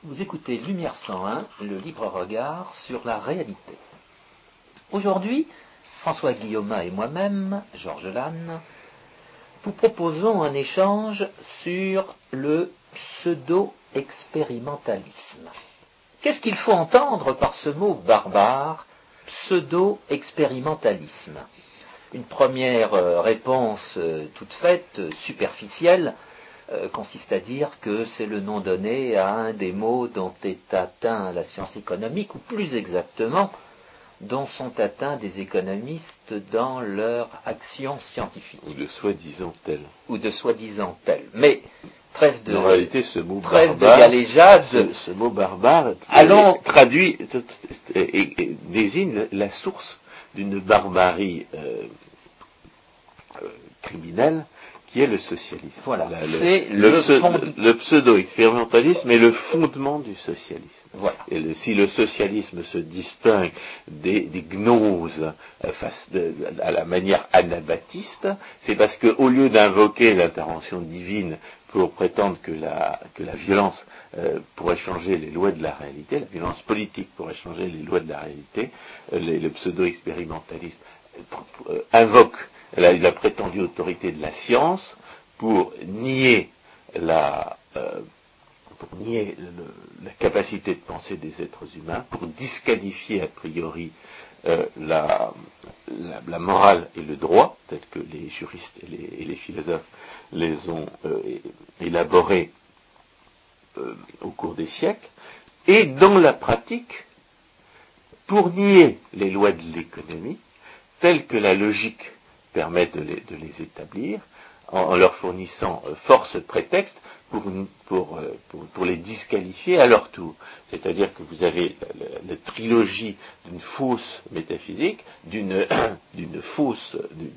Vous écoutez Lumière 101, le libre regard sur la réalité. Aujourd'hui, François Guillaumin et moi-même, Georges Lannes, vous proposons un échange sur le pseudo-expérimentalisme. Qu'est-ce qu'il faut entendre par ce mot barbare, pseudo-expérimentalisme ? Une première réponse toute faite, superficielle, consiste à dire que c'est le nom donné à un des mots dont est atteint la science économique, ou plus exactement, dont sont atteints des économistes dans leur action scientifique. Ou de soi-disant tel. Ou de soi-disant tel. Mais trêve de, en réalité, ce mot trêve barbare, de galéjade. Ce mot barbare traduit et désigne la source d'une barbarie criminelle qui est le socialisme. Voilà, c'est le pseudo-expérimentalisme est le fondement du socialisme. Voilà. Et si le socialisme se distingue des gnoses à la manière anabaptiste, c'est parce qu'au lieu d'invoquer l'intervention divine pour prétendre que la violence pourrait changer les lois de la réalité, la violence politique pourrait changer les lois de la réalité, le pseudo-expérimentalisme invoque la prétendue autorité de la science pour nier la capacité de penser des êtres humains, pour disqualifier a priori la morale et le droit, tels que les juristes et les philosophes les ont élaborés au cours des siècles, et dans la pratique, pour nier les lois de l'économie, telles que la logique permet de les établir, en leur fournissant force prétexte pour les disqualifier à leur tour. C'est-à-dire que vous avez la trilogie d'une fausse métaphysique, d'une fausse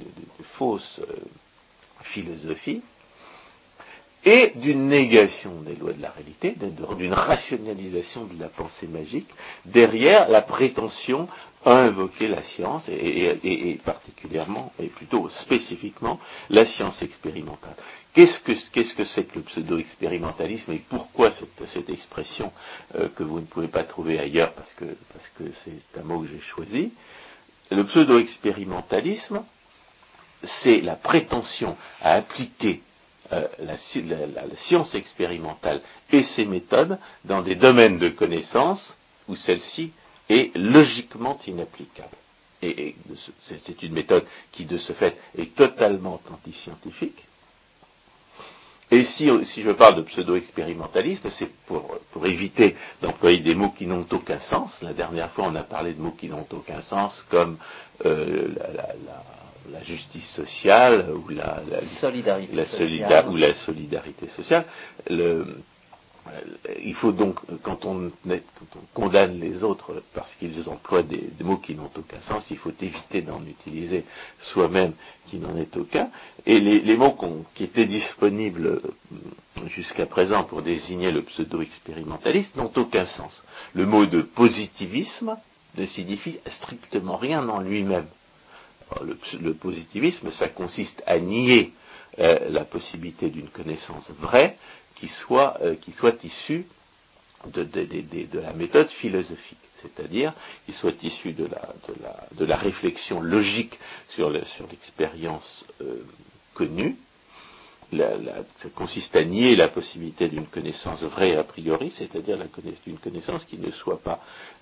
philosophie, et d'une négation des lois de la réalité, d'une rationalisation de la pensée magique, derrière la prétention à invoquer la science, et particulièrement, et plutôt spécifiquement, la science expérimentale. Qu'est-ce que c'est que le pseudo-expérimentalisme, et pourquoi cette expression que vous ne pouvez pas trouver ailleurs, parce que c'est un mot que j'ai choisi? Le pseudo-expérimentalisme, c'est la prétention à appliquer la science expérimentale et ses méthodes dans des domaines de connaissance où celle-ci est logiquement inapplicable. Et c'est une méthode qui, de ce fait, est totalement anti-scientifique. Et si je parle de pseudo-expérimentalisme, c'est pour éviter d'employer des mots qui n'ont aucun sens. La dernière fois, on a parlé de mots qui n'ont aucun sens, comme la justice sociale ou la solidarité sociale. Il faut donc, quand on condamne les autres parce qu'ils emploient des mots qui n'ont aucun sens, il faut éviter d'en utiliser soi-même qui n'en est aucun. Et les mots qui étaient disponibles jusqu'à présent pour désigner le pseudo-expérimentaliste n'ont aucun sens. Le mot de positivisme ne signifie strictement rien en lui-même. Le positivisme, ça consiste à nier la possibilité d'une connaissance vraie qui soit issue de la méthode philosophique, c'est-à-dire qui soit issue de la réflexion logique sur l'expérience connue. Ça consiste à nier la possibilité d'une connaissance vraie a priori, c'est-à-dire d'une connaissance qui ne soit pas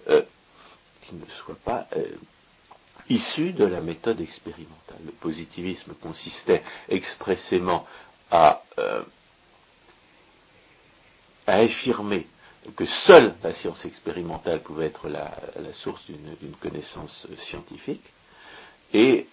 issue de la méthode expérimentale. Le positivisme consistait expressément à affirmer que seule la science expérimentale pouvait être la source d'une connaissance scientifique, et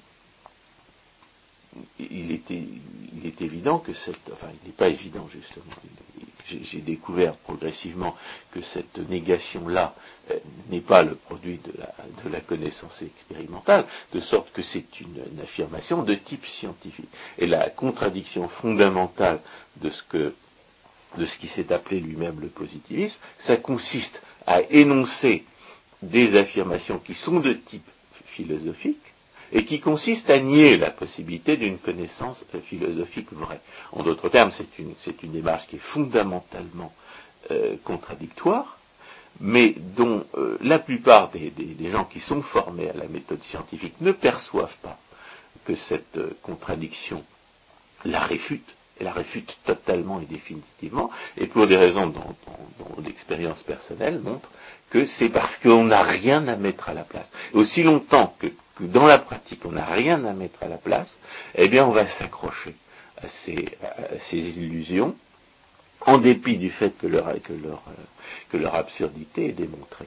il est évident que il n'est pas évident justement. J'ai découvert progressivement que cette négation-là n'est pas le produit de la connaissance expérimentale, de sorte que c'est une affirmation de type scientifique. Et la contradiction fondamentale de ce qui s'est appelé lui-même le positivisme, ça consiste à énoncer des affirmations qui sont de type philosophique, et qui consiste à nier la possibilité d'une connaissance philosophique vraie. En d'autres termes, c'est une démarche qui est fondamentalement contradictoires, mais dont la plupart des gens qui sont formés à la méthode scientifique ne perçoivent pas que cette contradiction la réfute, et la réfute totalement et définitivement, et pour des raisons dont l'expérience personnelle montre que c'est parce qu'on n'a rien à mettre à la place. Et aussi longtemps que dans la pratique on n'a rien à mettre à la place, eh bien on va s'accrocher à ces illusions, en dépit du fait que leur absurdité est démontrée.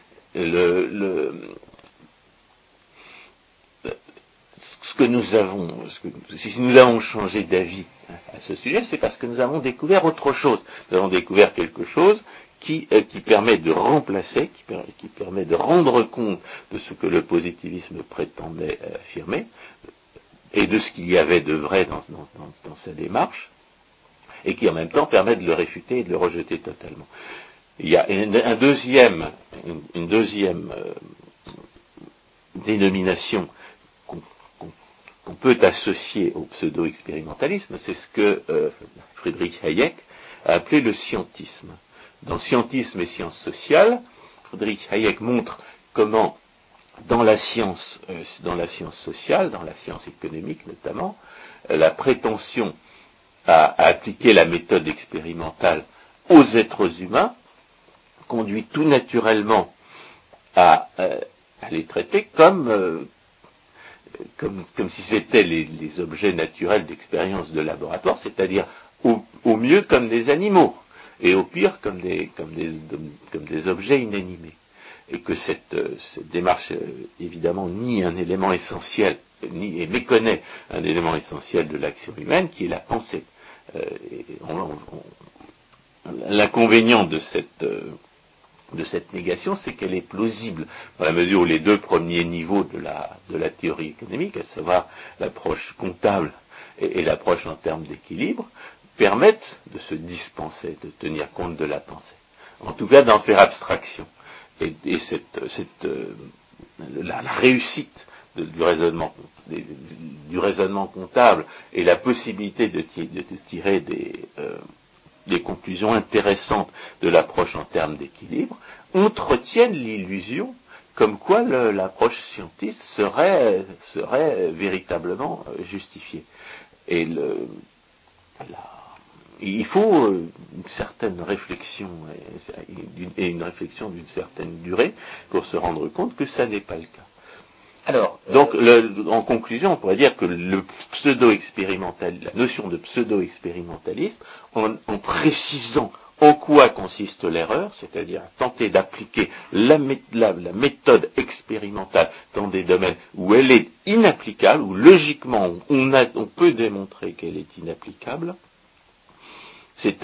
Si nous avons changé d'avis à ce sujet, c'est parce que nous avons découvert autre chose. Nous avons découvert quelque chose qui permet de remplacer, qui permet de rendre compte de ce que le positivisme prétendait affirmer, et de ce qu'il y avait de vrai dans sa démarche, et qui en même temps permet de le réfuter et de le rejeter totalement. Il y a une deuxième dénomination qu'on peut associer au pseudo-expérimentalisme, c'est ce que Friedrich Hayek a appelé le scientisme. Dans Scientisme et sciences sociales, Friedrich Hayek montre comment dans la science sociale, dans la science économique notamment, la prétention à appliquer la méthode expérimentale aux êtres humains conduit tout naturellement à les traiter comme si c'était les objets naturels d'expérience de laboratoire, c'est-à-dire au mieux comme des animaux, et au pire comme des objets inanimés. Et que cette démarche, évidemment, nie un élément essentiel, et méconnaît un élément essentiel de l'action humaine, qui est la pensée. L'inconvénient de cette négation, c'est qu'elle est plausible, dans la mesure où les deux premiers niveaux de la théorie économique, à savoir l'approche comptable et l'approche en termes d'équilibre, permettent de se dispenser, de tenir compte de la pensée. En tout cas, d'en faire abstraction. Et la réussite du raisonnement comptable et la possibilité de tirer des conclusions intéressantes de l'approche en termes d'équilibre entretiennent l'illusion comme quoi l'approche scientiste serait véritablement justifiée. Et il faut une certaine réflexion et une réflexion d'une certaine durée pour se rendre compte que ça n'est pas le cas. Alors, donc, en conclusion, on pourrait dire que la notion de pseudo-expérimentalisme, en précisant en quoi consiste l'erreur, c'est-à-dire tenter d'appliquer la méthode expérimentale dans des domaines où elle est inapplicable, où logiquement on peut démontrer qu'elle est inapplicable, c'est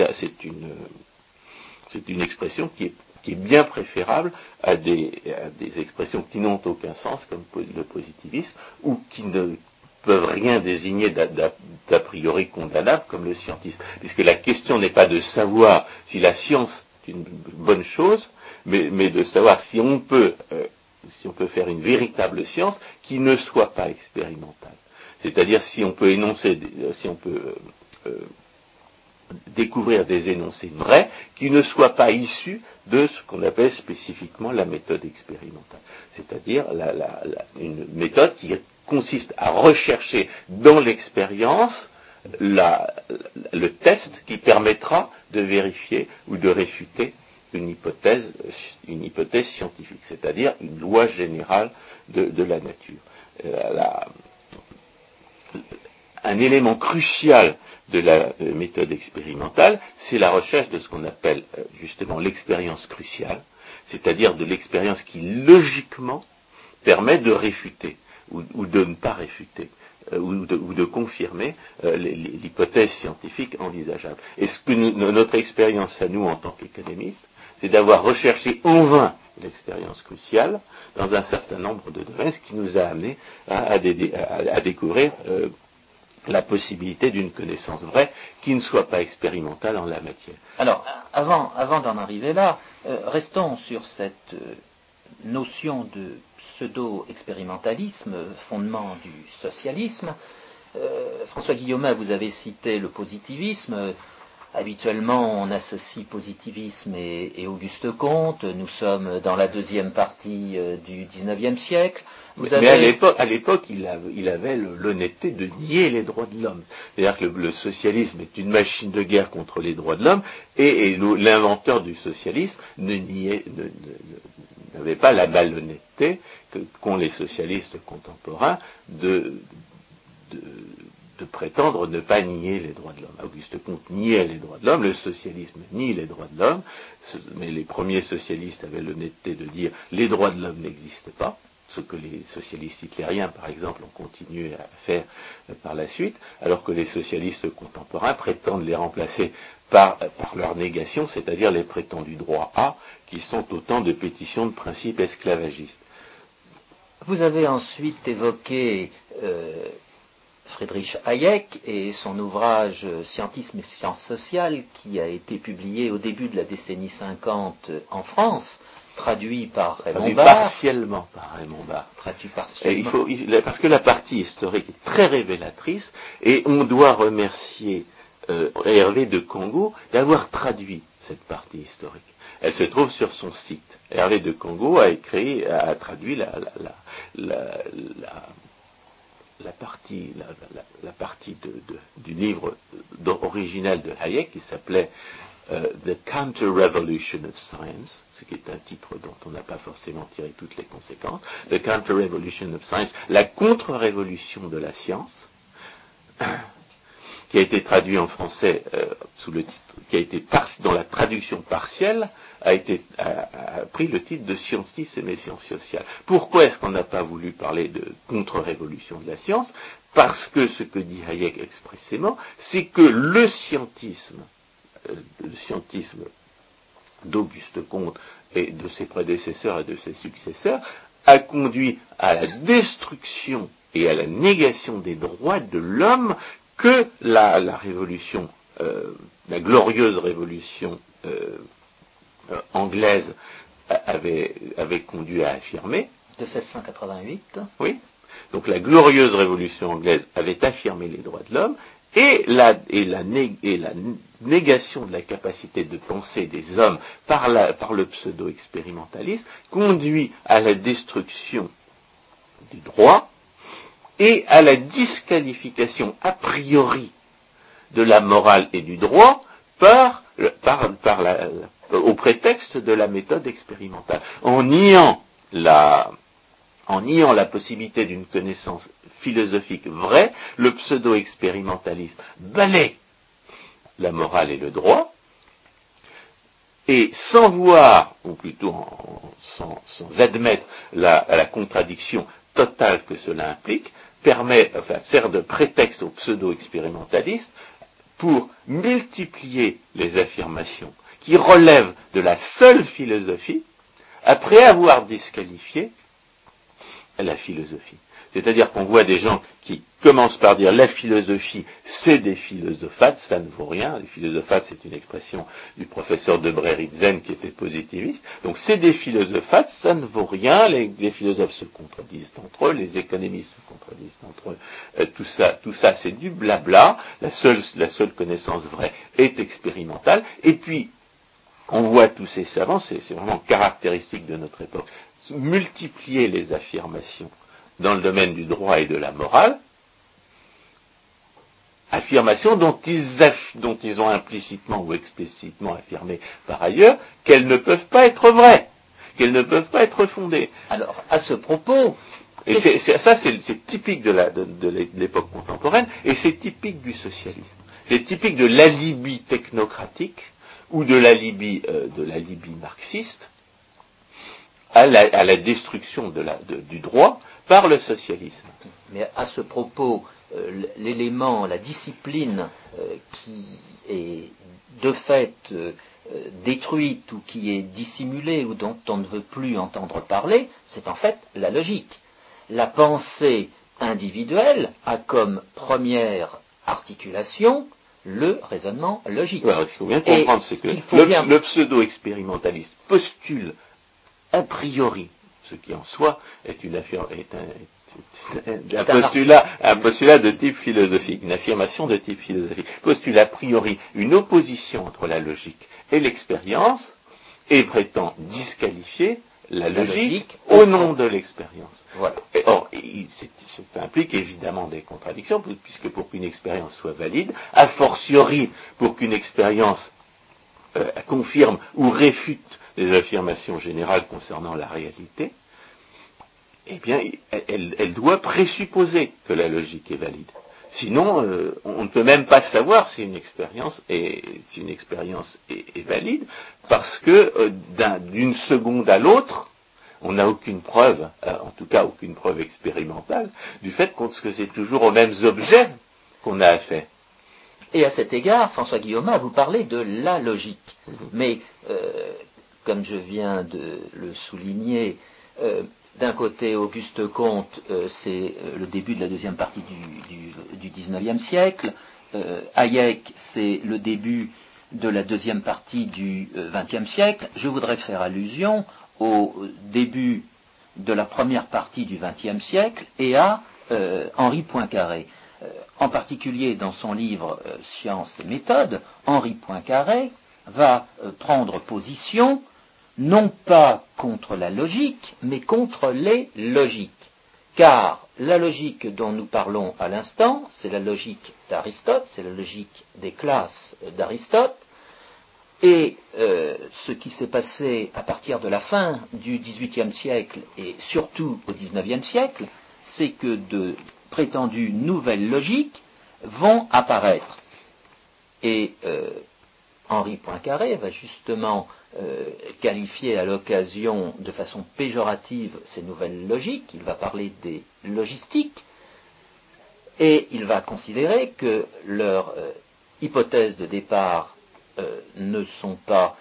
une expression qui est bien préférable à des expressions qui n'ont aucun sens, comme le positivisme, ou qui ne peuvent rien désigner d'a priori condamnable, comme le scientisme. Puisque la question n'est pas de savoir si la science est une bonne chose, mais de savoir si on peut faire une véritable science qui ne soit pas expérimentale. C'est-à-dire si on peut découvrir des énoncés vrais qui ne soient pas issus de ce qu'on appelle spécifiquement la méthode expérimentale. C'est-à-dire une méthode qui consiste à rechercher dans l'expérience le test qui permettra de vérifier ou de réfuter une hypothèse scientifique, c'est-à-dire une loi générale de la nature. Un élément crucial de la méthode expérimentale, c'est la recherche de ce qu'on appelle justement l'expérience cruciale, c'est-à-dire de l'expérience qui logiquement permet de réfuter ou de ne pas réfuter ou de confirmer l'hypothèse scientifique envisageable. Et ce que notre expérience à nous en tant qu'économistes, c'est d'avoir recherché en vain l'expérience cruciale dans un certain nombre de domaines, ce qui nous a amené à découvrir la possibilité d'une connaissance vraie qui ne soit pas expérimentale en la matière. Alors, avant d'en arriver là, restons sur cette notion de pseudo-expérimentalisme, fondement du socialisme. François Guillaumin, vous avez cité le positivisme. Habituellement, on associe positivisme et Auguste Comte. Nous sommes dans la deuxième partie du XIXe siècle. Mais à l'époque, il avait l'honnêteté de nier les droits de l'homme. C'est-à-dire que le socialisme est une machine de guerre contre les droits de l'homme, et l'inventeur du socialisme n'avait pas la malhonnêteté qu'ont les socialistes contemporains de prétendre ne pas nier les droits de l'homme. Auguste Comte niait les droits de l'homme, le socialisme nie les droits de l'homme, mais les premiers socialistes avaient l'honnêteté de dire les droits de l'homme n'existent pas, ce que les socialistes hitlériens, par exemple, ont continué à faire par la suite, alors que les socialistes contemporains prétendent les remplacer par leur négation, c'est-à-dire les prétendus droits A, qui sont autant de pétitions de principe esclavagistes. Vous avez ensuite évoqué Friedrich Hayek et son ouvrage Scientisme et sciences sociales, qui a été publié au début de la décennie 50 en France, traduit par Raymond Barre. Partiellement par Raymond Barre. Traduit partiellement. Parce que la partie historique est très révélatrice, et on doit remercier Hervé de Congo d'avoir traduit cette partie historique. Elle se trouve sur son site. Hervé de Congo a traduit la partie du livre original de Hayek qui s'appelait The Counter-Revolution of Science, ce qui est un titre dont on n'a pas forcément tiré toutes les conséquences. The Counter-Revolution of Science, la contre-révolution de la science, qui a été traduit en français sous le titre, dont la traduction partielle a pris le titre de Scientisme et sciences sociales. Pourquoi est-ce qu'on n'a pas voulu parler de contre-révolution de la science? Parce que ce que dit Hayek expressément, c'est que le scientisme d'Auguste Comte et de ses prédécesseurs et de ses successeurs a conduit à la destruction et à la négation des droits de l'homme que la révolution, la glorieuse révolution anglaise avait conduit à affirmer. De 1788. Oui. Donc la glorieuse révolution anglaise avait affirmé les droits de l'homme, et la négation de la capacité de penser des hommes par le pseudo-expérimentalisme conduit à la destruction du droit et à la disqualification a priori de la morale et du droit au prétexte de la méthode expérimentale. En niant la possibilité d'une connaissance philosophique vraie, le pseudo-expérimentalisme balaie la morale et le droit, et sans voir, ou plutôt sans admettre la contradiction totale que cela implique, sert de prétexte aux pseudo-expérimentalistes pour multiplier les affirmations qui relèvent de la seule philosophie, après avoir disqualifié la philosophie. C'est-à-dire qu'on voit des gens qui commencent par dire la philosophie, c'est des philosophates, ça ne vaut rien. Les philosophates, c'est une expression du professeur de Bréritzen qui était positiviste. Donc c'est des philosophates, ça ne vaut rien. Les philosophes se contredisent entre eux, les économistes se contredisent entre eux. Tout ça, c'est du blabla. La seule connaissance vraie est expérimentale. Et puis, on voit tous ces savants, c'est vraiment caractéristique de notre époque, multiplier les affirmations dans le domaine du droit et de la morale, affirmations dont ils ont implicitement ou explicitement affirmé par ailleurs qu'elles ne peuvent pas être vraies, qu'elles ne peuvent pas être fondées. Alors, à ce propos... Et c'est typique de l'époque contemporaine, et c'est typique du socialisme. C'est typique de l'alibi technocratique, ou de l'alibi marxiste, à la destruction du droit par le socialisme. Mais à ce propos, l'élément, la discipline qui est de fait détruite ou qui est dissimulée ou dont on ne veut plus entendre parler, c'est en fait la logique. La pensée individuelle a comme première articulation le raisonnement logique. Alors, ce qu'il faut bien comprendre, c'est que le pseudo-expérimentaliste postule a priori ce qui en soi est un postulat de type philosophique, une affirmation de type philosophique, postule a priori une opposition entre la logique et l'expérience, et prétend disqualifier la logique au nom de l'expérience. Voilà. Or, ça implique évidemment des contradictions, puisque pour qu'une expérience soit valide, a fortiori pour qu'une expérience confirme ou réfute les affirmations générales concernant la réalité, eh bien, elle doit présupposer que la logique est valide. Sinon, on ne peut même pas savoir si une expérience est valide, parce que d'une seconde à l'autre, on n'a aucune preuve, en tout cas aucune preuve expérimentale, du fait que c'est toujours aux mêmes objets qu'on a affaire. Et à cet égard, François Guillaumin, vous parlez de la logique. Mais, comme je viens de le souligner, d'un côté, Auguste Comte, c'est le début de la deuxième partie du XIXe siècle. Hayek, c'est le début de la deuxième partie du XXe siècle. Je voudrais faire allusion au début de la première partie du XXe siècle et à Henri Poincaré. En particulier dans son livre Science et méthode, Henri Poincaré va prendre position non pas contre la logique, mais contre les logiques. Car la logique dont nous parlons à l'instant, c'est la logique d'Aristote, c'est la logique des classes d'Aristote, et ce qui s'est passé à partir de la fin du XVIIIe siècle et surtout au XIXe siècle, c'est que de prétendues nouvelles logiques vont apparaître. Et Henri Poincaré va justement qualifier à l'occasion de façon péjorative ces nouvelles logiques, il va parler des logistiques, et il va considérer que leurs hypothèses de départ ne sont pas,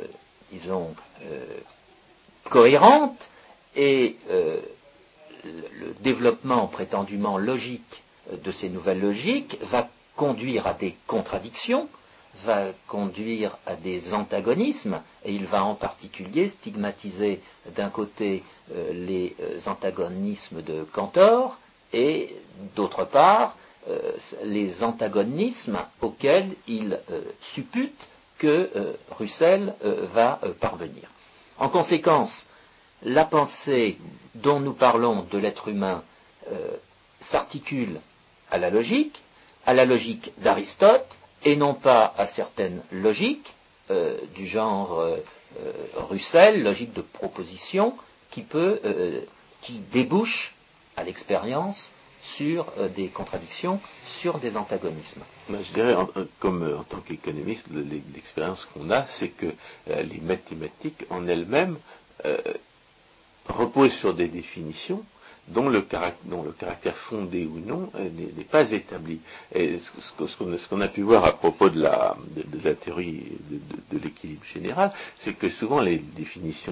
cohérentes, et le développement prétendument logique de ces nouvelles logiques va conduire à des contradictions, va conduire à des antagonismes, et il va en particulier stigmatiser d'un côté les antagonismes de Cantor, et d'autre part les antagonismes auxquels il suppute que Russell va parvenir. En conséquence, la pensée dont nous parlons de l'être humain s'articule à la logique d'Aristote, et non pas à certaines logiques du genre Russell, logique de proposition, qui débouche à l'expérience sur des contradictions, sur des antagonismes. Ben, je dirais, en tant qu'économiste, l'expérience qu'on a, c'est que les mathématiques en elles-mêmes reposent sur des définitions dont le caractère fondé ou non n'est pas établi. Et ce qu'on a pu voir à propos de la théorie de l'équilibre général, c'est que souvent les définitions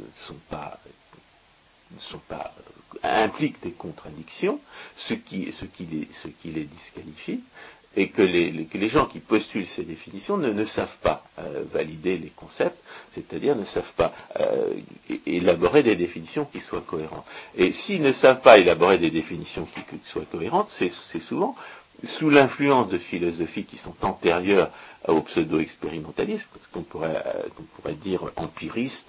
impliquent des contradictions, ce qui les disqualifie, et que les gens qui postulent ces définitions ne savent pas valider les concepts, c'est-à-dire ne savent pas élaborer des définitions qui soient cohérentes. Et s'ils ne savent pas élaborer des définitions qui soient cohérentes, c'est souvent sous l'influence de philosophies qui sont antérieures au pseudo-expérimentalisme, qu'on pourrait dire empiriste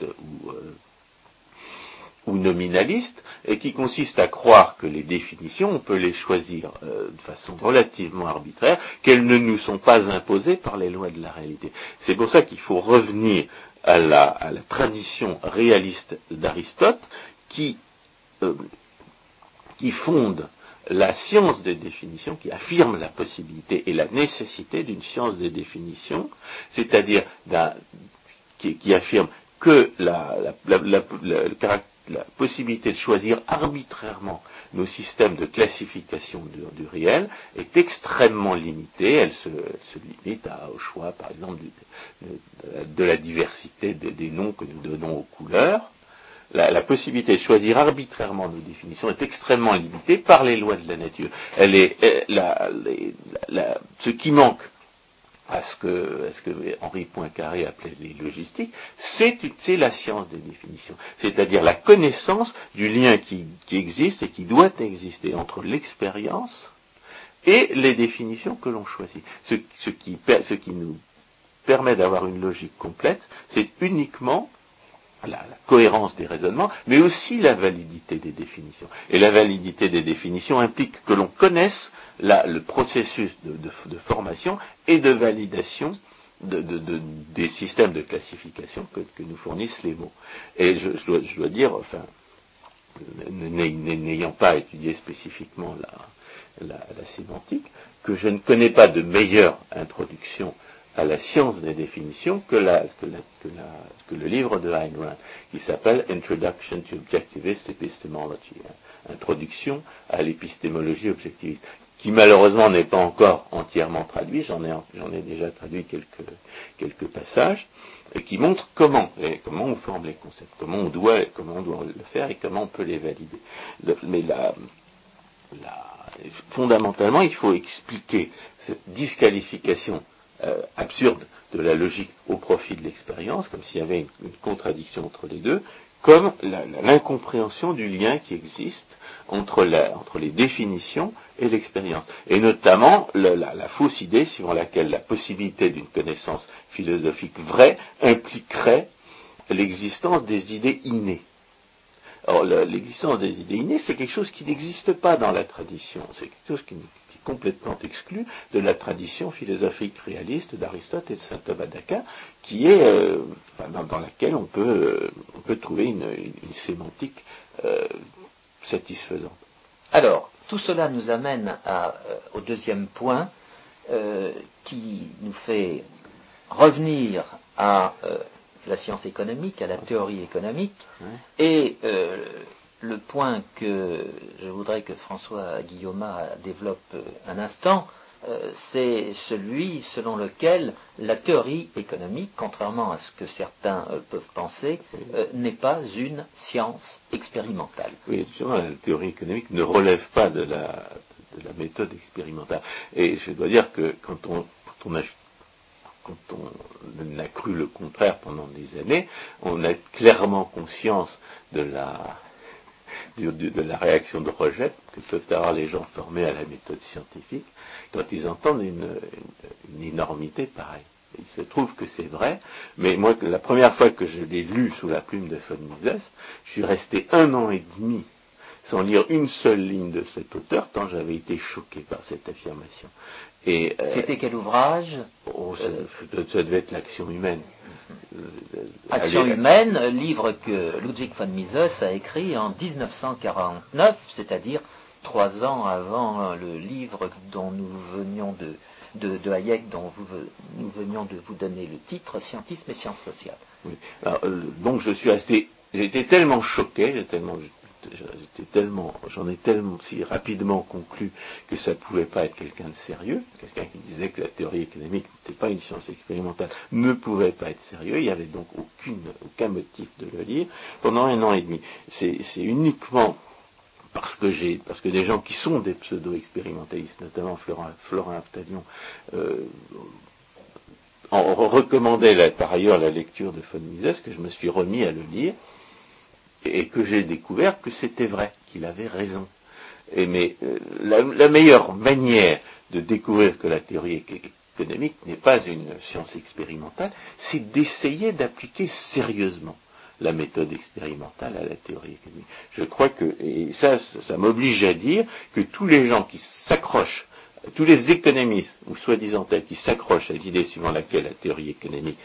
ou nominaliste, et qui consiste à croire que les définitions, on peut les choisir de façon relativement arbitraire, qu'elles ne nous sont pas imposées par les lois de la réalité. C'est pour ça qu'il faut revenir à la tradition réaliste d'Aristote, qui fonde la science des définitions, qui affirme la possibilité et la nécessité d'une science des définitions, c'est-à-dire qui affirme que la possibilité de choisir arbitrairement nos systèmes de classification du réel est extrêmement limitée. Elle se limite au choix, par exemple, de la diversité des noms que nous donnons aux couleurs. La possibilité de choisir arbitrairement nos définitions est extrêmement limitée par les lois de la nature. Ce qui manque à ce que Henri Poincaré appelait les logistiques, c'est la science des définitions, c'est-à-dire la connaissance du lien qui existe et qui doit exister entre l'expérience et les définitions que l'on choisit. Ce qui nous permet d'avoir une logique complète, c'est uniquement la cohérence des raisonnements, mais aussi la validité des définitions. Et la validité des définitions implique que l'on connaisse le processus de formation et de validation des systèmes de classification que nous fournissent les mots. Et je dois dire, enfin, n'ayant pas étudié spécifiquement la sémantique, que je ne connais pas de meilleure introduction à la science des définitions que le livre de Ayn Rand, qui s'appelle Introduction to Objectivist Epistemology, Introduction à l'épistémologie objectiviste, qui malheureusement n'est pas encore entièrement traduit, j'en ai déjà traduit quelques passages, et qui montre comment on forme les concepts, comment on doit le faire et comment on peut les valider. Mais fondamentalement, il faut expliquer cette disqualification absurde de la logique au profit de l'expérience, comme s'il y avait une contradiction entre les deux, comme l'incompréhension du lien qui existe entre les définitions et l'expérience. Et notamment la fausse idée suivant laquelle la possibilité d'une connaissance philosophique vraie impliquerait l'existence des idées innées. Or, l'existence des idées innées, c'est quelque chose qui n'existe pas dans la tradition. C'est quelque chose qui est complètement exclu de la tradition philosophique réaliste d'Aristote et de saint Thomas d'Aquin, qui est dans laquelle on peut trouver une sémantique satisfaisante. Alors, tout cela nous amène au deuxième point qui nous fait revenir à la science économique, à la théorie économique, et le point que je voudrais que François Guillaumat développe un instant, c'est celui selon lequel la théorie économique, contrairement à ce que certains peuvent penser, n'est pas une science expérimentale. Oui, justement, la théorie économique ne relève pas de la méthode expérimentale. Et je dois dire que quand on a cru le contraire pendant des années, on a clairement conscience de la réaction de rejet que peuvent avoir les gens formés à la méthode scientifique quand ils entendent une énormité pareille. Il se trouve que c'est vrai, mais moi, la première fois que je l'ai lu sous la plume de von Mises, je suis resté 1 an et demi sans lire une seule ligne de cet auteur, tant j'avais été choqué par cette affirmation. Et, c'était quel ouvrage? Ça devait être l'Action humaine. Action humaine, livre que Ludwig von Mises a écrit en 1949, c'est-à-dire 3 ans avant le livre dont nous venions de Hayek, dont nous venions de vous donner le titre, Scientisme et sciences sociales. Oui. Alors, donc j'ai été tellement choqué, j'en ai tellement si rapidement conclu que ça ne pouvait pas être quelqu'un de sérieux, quelqu'un qui disait que la théorie économique n'était pas une science expérimentale, ne pouvait pas être sérieux, il n'y avait donc aucun motif de le lire pendant 1 an et demi. C'est uniquement parce que des gens qui sont des pseudo-expérimentalistes, notamment Florin Aftalion, recommandaient par ailleurs la lecture de von Mises, que je me suis remis à le lire, et que j'ai découvert que c'était vrai, qu'il avait raison. Mais la meilleure manière de découvrir que la théorie économique n'est pas une science expérimentale, c'est d'essayer d'appliquer sérieusement la méthode expérimentale à la théorie économique. Je crois et ça m'oblige à dire que tous les gens qui s'accrochent, tous les économistes, ou soi-disant tels, qui s'accrochent à l'idée suivant laquelle la théorie économique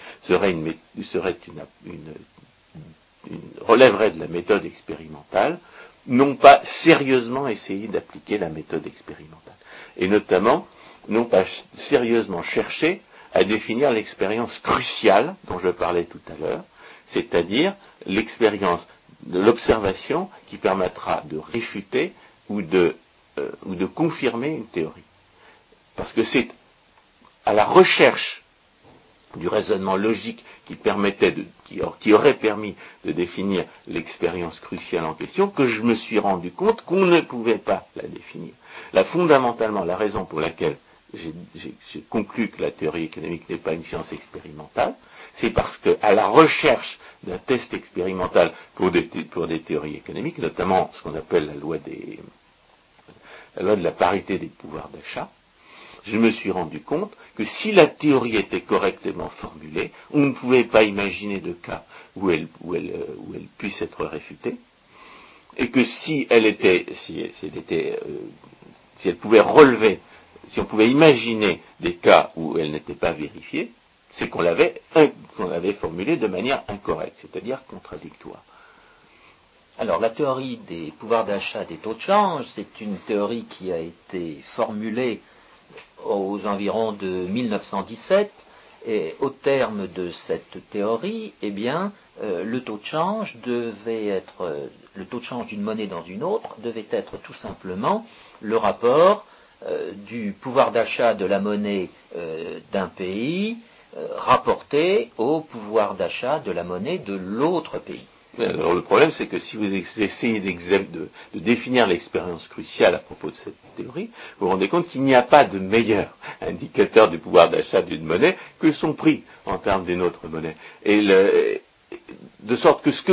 relèverait de la méthode expérimentale, n'ont pas sérieusement essayé d'appliquer la méthode expérimentale. Et notamment, n'ont pas sérieusement cherché à définir l'expérience cruciale dont je parlais tout à l'heure, c'est-à-dire l'expérience de l'observation qui permettra de réfuter ou de confirmer une théorie. Parce que c'est à la recherche du raisonnement logique qui aurait permis de définir l'expérience cruciale en question, que je me suis rendu compte qu'on ne pouvait pas la définir. Fondamentalement, la raison pour laquelle j'ai conclu que la théorie économique n'est pas une science expérimentale, c'est parce qu'à la recherche d'un test expérimental pour des théories économiques, notamment ce qu'on appelle la loi de la parité des pouvoirs d'achat, je me suis rendu compte que si la théorie était correctement formulée, on ne pouvait pas imaginer de cas où elle puisse être réfutée, et que si elle pouvait relever, si on pouvait imaginer des cas où elle n'était pas vérifiée, c'est qu'on l'avait formulée de manière incorrecte, c'est-à-dire contradictoire. Alors, la théorie des pouvoirs d'achat des taux de change, c'est une théorie qui a été formulée aux environs de 1917, et au terme de cette théorie, eh bien, le taux de change d'une monnaie dans une autre devait être tout simplement le rapport du pouvoir d'achat de la monnaie d'un pays rapporté au pouvoir d'achat de la monnaie de l'autre pays. Alors le problème, c'est que si vous essayez de définir l'expérience cruciale à propos de cette théorie, vous vous rendez compte qu'il n'y a pas de meilleur indicateur du pouvoir d'achat d'une monnaie que son prix en termes d'une autre monnaie. Et de sorte que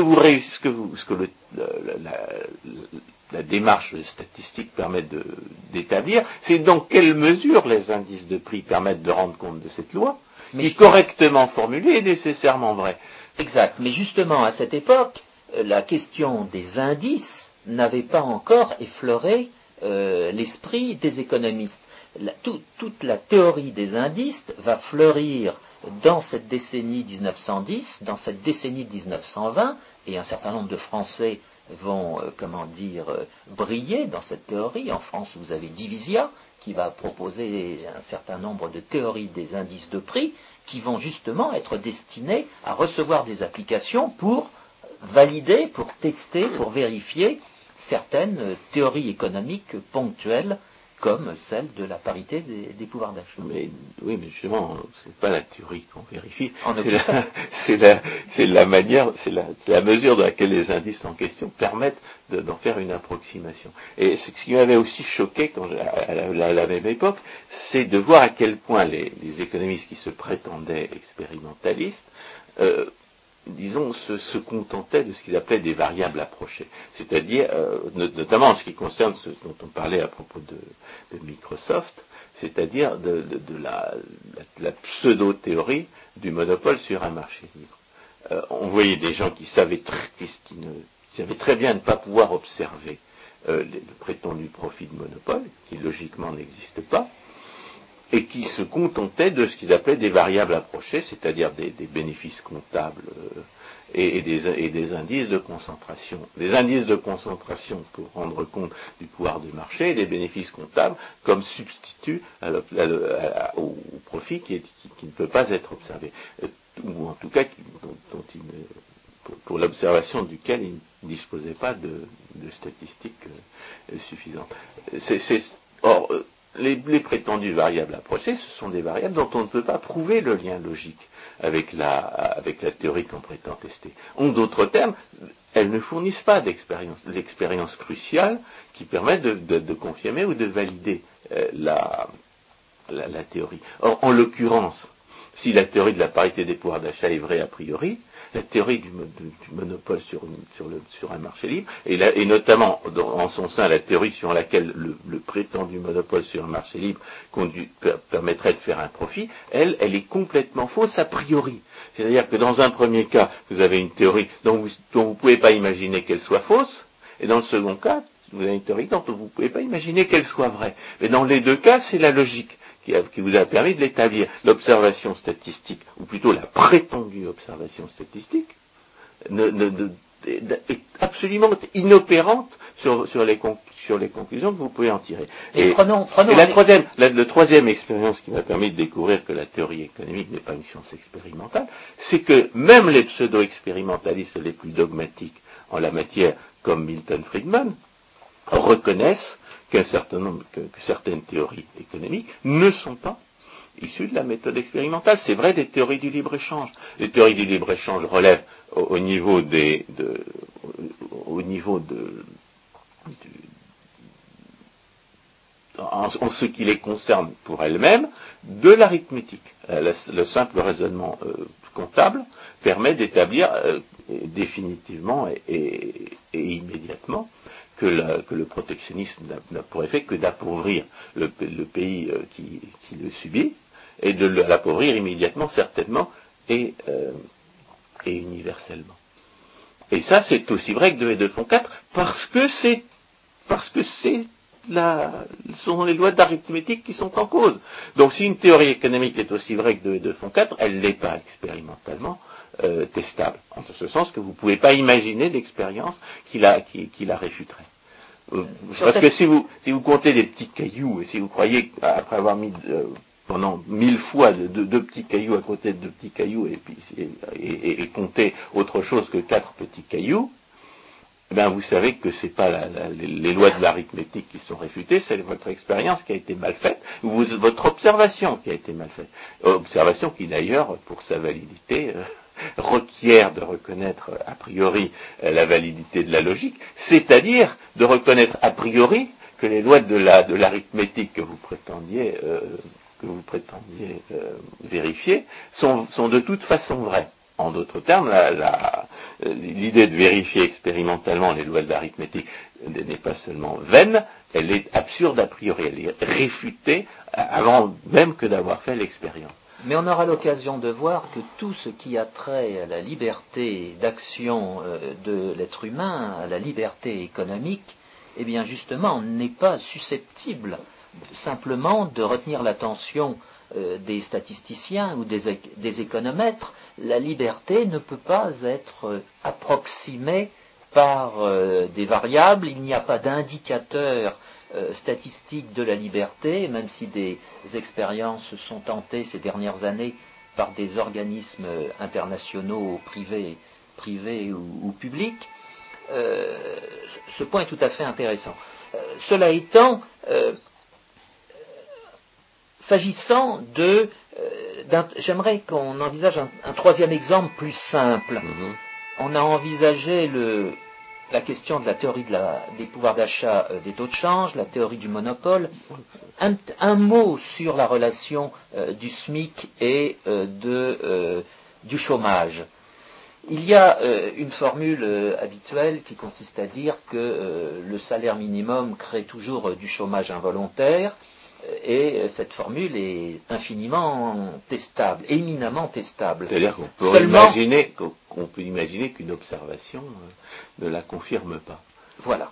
la démarche statistique permet d'établir, c'est dans quelle mesure les indices de prix permettent de rendre compte de cette loi, qui correctement formulée est nécessairement vraie. Exact. Mais justement, à cette époque, la question des indices n'avait pas encore effleuré l'esprit des économistes. Toute la théorie des indices va fleurir dans cette décennie 1910, dans cette décennie 1920, et un certain nombre de Français vont, briller dans cette théorie. En France, vous avez Divisia, qui va proposer un certain nombre de théories des indices de prix, qui vont justement être destinées à recevoir des applications pour valider, pour tester, pour vérifier certaines théories économiques ponctuelles, comme celle de la parité des pouvoirs d'achat. Mais justement, c'est pas la théorie qu'on vérifie, c'est la mesure dans laquelle les indices en question permettent d'en faire une approximation. Et ce qui m'avait aussi choqué à la même époque, c'est de voir à quel point les économistes qui se prétendaient expérimentalistes se contentaient de ce qu'ils appelaient des variables approchées. C'est-à-dire, notamment en ce qui concerne ce dont on parlait à propos de Microsoft, c'est-à-dire de la pseudo-théorie du monopole sur un marché libre. On voyait des gens qui savaient très bien ne pas pouvoir observer le prétendu profit de monopole, qui logiquement n'existe pas, et qui se contentaient de ce qu'ils appelaient des variables approchées, c'est-à-dire des bénéfices comptables et des indices de concentration. Des indices de concentration pour rendre compte du pouvoir de marché et des bénéfices comptables comme substitut au profit qui ne peut pas être observé, ou en tout cas pour l'observation duquel il ne disposait pas de statistiques suffisantes. Or, les prétendues variables approchées, ce sont des variables dont on ne peut pas prouver le lien logique avec la théorie qu'on prétend tester. En d'autres termes, elles ne fournissent pas d'expérience cruciale qui permet de confirmer ou de valider la théorie. Or, en l'occurrence, si la théorie de la parité des pouvoirs d'achat est vraie a priori, la théorie du monopole sur un marché libre, et notamment en son sein la théorie sur laquelle le prétendu monopole sur un marché libre permettrait de faire un profit, elle est complètement fausse a priori. C'est-à-dire que dans un premier cas, vous avez une théorie dont vous ne pouvez pas imaginer qu'elle soit fausse, et dans le second cas, vous avez une théorie dont vous ne pouvez pas imaginer qu'elle soit vraie. Mais dans les deux cas, c'est la logique qui vous a permis de l'établir. L'observation statistique, ou plutôt la prétendue observation statistique, est absolument inopérante sur les conclusions que vous pouvez en tirer. La troisième expérience qui m'a permis de découvrir que la théorie économique n'est pas une science expérimentale, c'est que même les pseudo-expérimentalistes les plus dogmatiques en la matière, comme Milton Friedman, reconnaissent que certaines théories économiques ne sont pas issues de la méthode expérimentale. C'est vrai des théories du libre-échange. Les théories du libre-échange relèvent au niveau de en ce qui les concerne pour elles-mêmes, de l'arithmétique. Le simple raisonnement comptable permet d'établir définitivement et immédiatement que le protectionnisme n'a pour effet que d'appauvrir le pays qui le subit, et de l'appauvrir immédiatement, certainement, et universellement. Et ça, c'est aussi vrai que 2 et 2 font 4, parce que sont les lois d'arithmétique qui sont en cause. Donc si une théorie économique est aussi vraie que 2 et 2 font 4, elle n'est pas expérimentalement testable. En ce sens que vous ne pouvez pas imaginer d'expérience qui la réfuterait. Parce que si vous comptez des petits cailloux, et si vous croyez, après avoir mis pendant 1000 fois deux petits cailloux à côté de 2 petits cailloux, et compter autre chose que 4 petits cailloux, eh bien, vous savez que c'est pas les lois de l'arithmétique qui sont réfutées, c'est votre expérience qui a été mal faite, ou votre observation qui a été mal faite. Observation qui d'ailleurs, pour sa validité, requiert de reconnaître a priori la validité de la logique, c'est-à-dire de reconnaître a priori que les lois de l'arithmétique que vous prétendiez vérifier sont de toute façon vraies. En d'autres termes, l'idée de vérifier expérimentalement les lois de l'arithmétique n'est pas seulement vaine, elle est absurde a priori, elle est réfutée avant même que d'avoir fait l'expérience. Mais on aura l'occasion de voir que tout ce qui a trait à la liberté d'action de l'être humain, à la liberté économique, eh bien justement, n'est pas susceptible simplement de retenir l'attention des statisticiens ou des économètres. La liberté ne peut pas être approximée par des variables, il n'y a pas d'indicateur statistique de la liberté, même si des expériences se sont tentées ces dernières années par des organismes internationaux privés ou publics. Ce point est tout à fait intéressant. Cela étant, s'agissant j'aimerais qu'on envisage un troisième exemple plus simple. On a envisagé la question de la théorie des pouvoirs d'achat des taux de change, la théorie du monopole. Un mot sur la relation du SMIC et du chômage. Il y a une formule habituelle qui consiste à dire que le salaire minimum crée toujours du chômage involontaire. Et cette formule est infiniment testable, éminemment testable. C'est-à-dire qu'on peut imaginer qu'une observation ne la confirme pas. Voilà.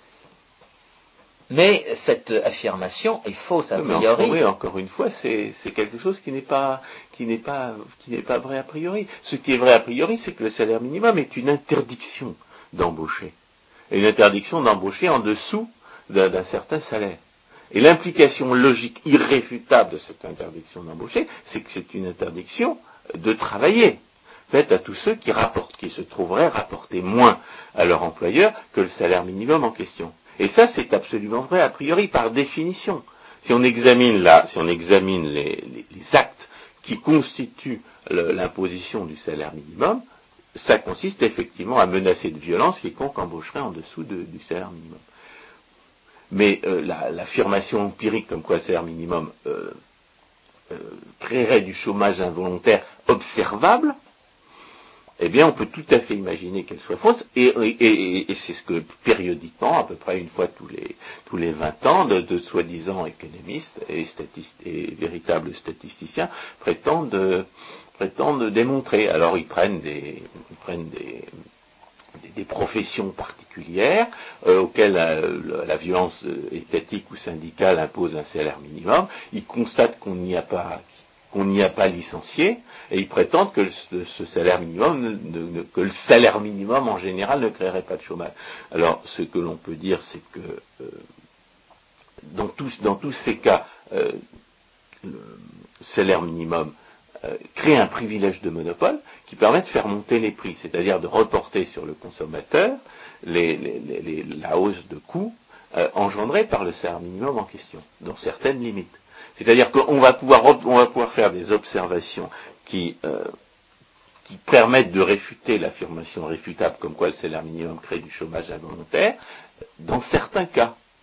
Mais cette affirmation est fausse a priori. Oui, encore une fois, c'est quelque chose qui n'est pas vrai a priori. Ce qui est vrai a priori, c'est que le salaire minimum est une interdiction d'embaucher. Et une interdiction d'embaucher en dessous d'un certain salaire. Et l'implication logique irréfutable de cette interdiction d'embaucher, c'est que c'est une interdiction de travailler, faite à tous ceux qui se trouveraient rapporter moins à leur employeur que le salaire minimum en question. Et ça, c'est absolument vrai a priori, par définition. Si on examine les actes qui constituent l'imposition du salaire minimum, ça consiste effectivement à menacer de violence quiconque embaucherait en dessous du salaire minimum. Mais l'affirmation empirique comme quoi le salaire minimum créerait du chômage involontaire observable, eh bien on peut tout à fait imaginer qu'elle soit fausse, et c'est ce que périodiquement, à peu près une fois tous les 20 ans, de soi-disant économistes et véritables statisticiens prétendent démontrer. Alors ils prennent des professions particulières auxquelles la violence étatique ou syndicale impose un salaire minimum, ils constatent qu'on n'y a pas licencié, et ils prétendent que ce salaire minimum, que le salaire minimum en général ne créerait pas de chômage. Alors, ce que l'on peut dire, c'est que dans tous ces cas, le salaire minimum crée un privilège de monopole qui permet de faire monter les prix, c'est-à-dire de reporter sur le consommateur la hausse de coûts engendrée par le salaire minimum en question, dans certaines limites. C'est-à-dire qu'on va pouvoir faire des observations qui permettent de réfuter l'affirmation réfutable comme quoi le salaire minimum crée du chômage involontaire, dans certains cas.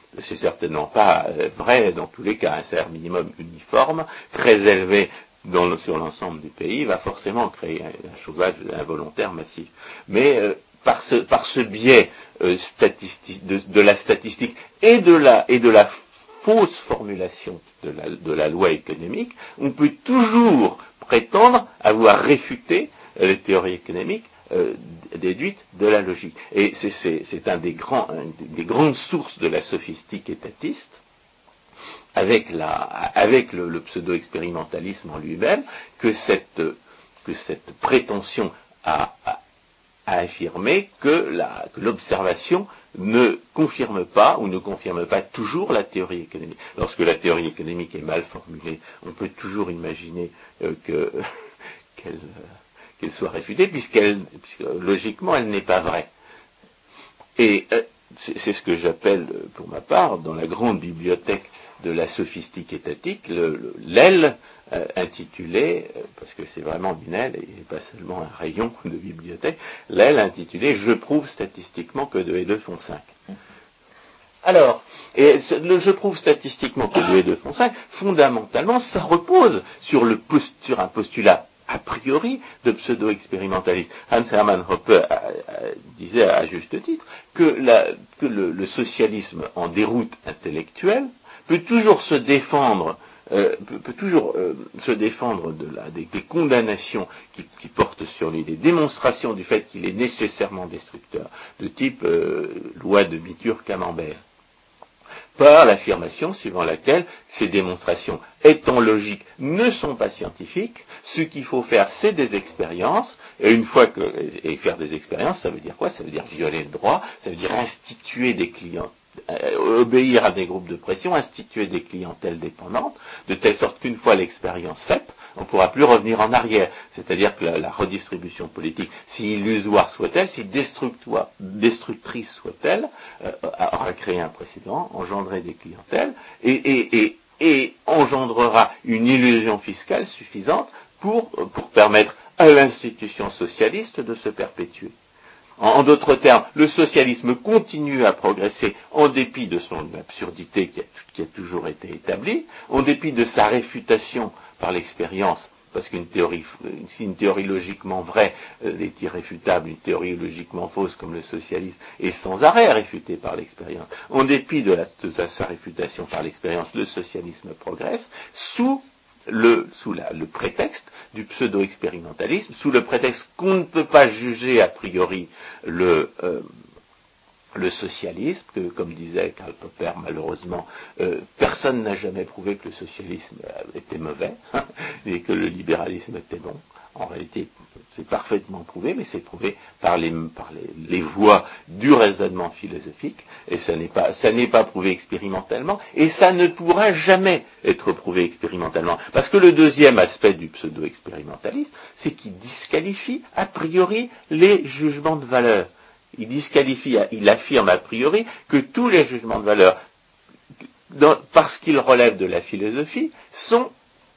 c'est certainement pas vrai dans tous les cas. Un salaire minimum uniforme, très élevé sur l'ensemble du pays, va forcément créer un chômage involontaire massif. Mais par ce biais de la statistique et de la fausse formulation de la loi économique, on peut toujours prétendre avoir réfuté les théories économiques déduites de la logique. Et c'est une des grandes sources de la sophistique étatiste, avec le pseudo-expérimentalisme en lui-même, que cette prétention à affirmer que l'observation ne confirme pas ou ne confirme pas toujours la théorie économique. Lorsque la théorie économique est mal formulée, on peut toujours imaginer qu'elle soit réfutée, puisque logiquement elle n'est pas vraie. Et c'est ce que j'appelle, pour ma part, dans la grande bibliothèque de la sophistique étatique, l'aile intitulée, parce que c'est vraiment une aile et pas seulement un rayon de bibliothèque, l'aile intitulée « Je prouve statistiquement que 2 et 2 font 5 ». Alors, je prouve statistiquement que 2 et 2 font 5, fondamentalement, ça repose sur un postulat a priori de pseudo-expérimentalisme. Hans Hermann Hoppe disait à juste titre que le socialisme en déroute intellectuelle peut toujours se défendre des condamnations qui portent sur lui, des démonstrations du fait qu'il est nécessairement destructeur, de type loi de Bitur-Camembert, par l'affirmation suivant laquelle ces démonstrations étant logiques ne sont pas scientifiques, ce qu'il faut faire c'est des expériences, et faire des expériences, ça veut dire quoi? Ça veut dire violer le droit, ça veut dire instituer des clients, obéir à des groupes de pression, instituer des clientèles dépendantes, de telle sorte qu'une fois l'expérience faite, on ne pourra plus revenir en arrière. C'est-à-dire que la redistribution politique, si illusoire soit-elle, si destructrice soit-elle, aura créé un précédent, engendré des clientèles, et engendrera une illusion fiscale suffisante pour permettre à l'institution socialiste de se perpétuer. En d'autres termes, le socialisme continue à progresser en dépit de son absurdité qui a toujours été établie, en dépit de sa réfutation par l'expérience, parce si une théorie logiquement vraie est irréfutable, une théorie logiquement fausse comme le socialisme est sans arrêt réfutée par l'expérience. En dépit de sa réfutation par l'expérience, le socialisme progresse sous le prétexte du pseudo-expérimentalisme, sous le prétexte qu'on ne peut pas juger a priori le socialisme, que, comme disait Karl Popper, malheureusement, personne n'a jamais prouvé que le socialisme était mauvais, et que le libéralisme était bon. En réalité, c'est parfaitement prouvé, mais c'est prouvé par les voies du raisonnement philosophique, et ça n'est pas prouvé expérimentalement, et ça ne pourra jamais être prouvé expérimentalement. Parce que le deuxième aspect du pseudo-expérimentalisme, c'est qu'il disqualifie a priori les jugements de valeur. Il affirme a priori que tous les jugements de valeur, parce qu'ils relèvent de la philosophie, sont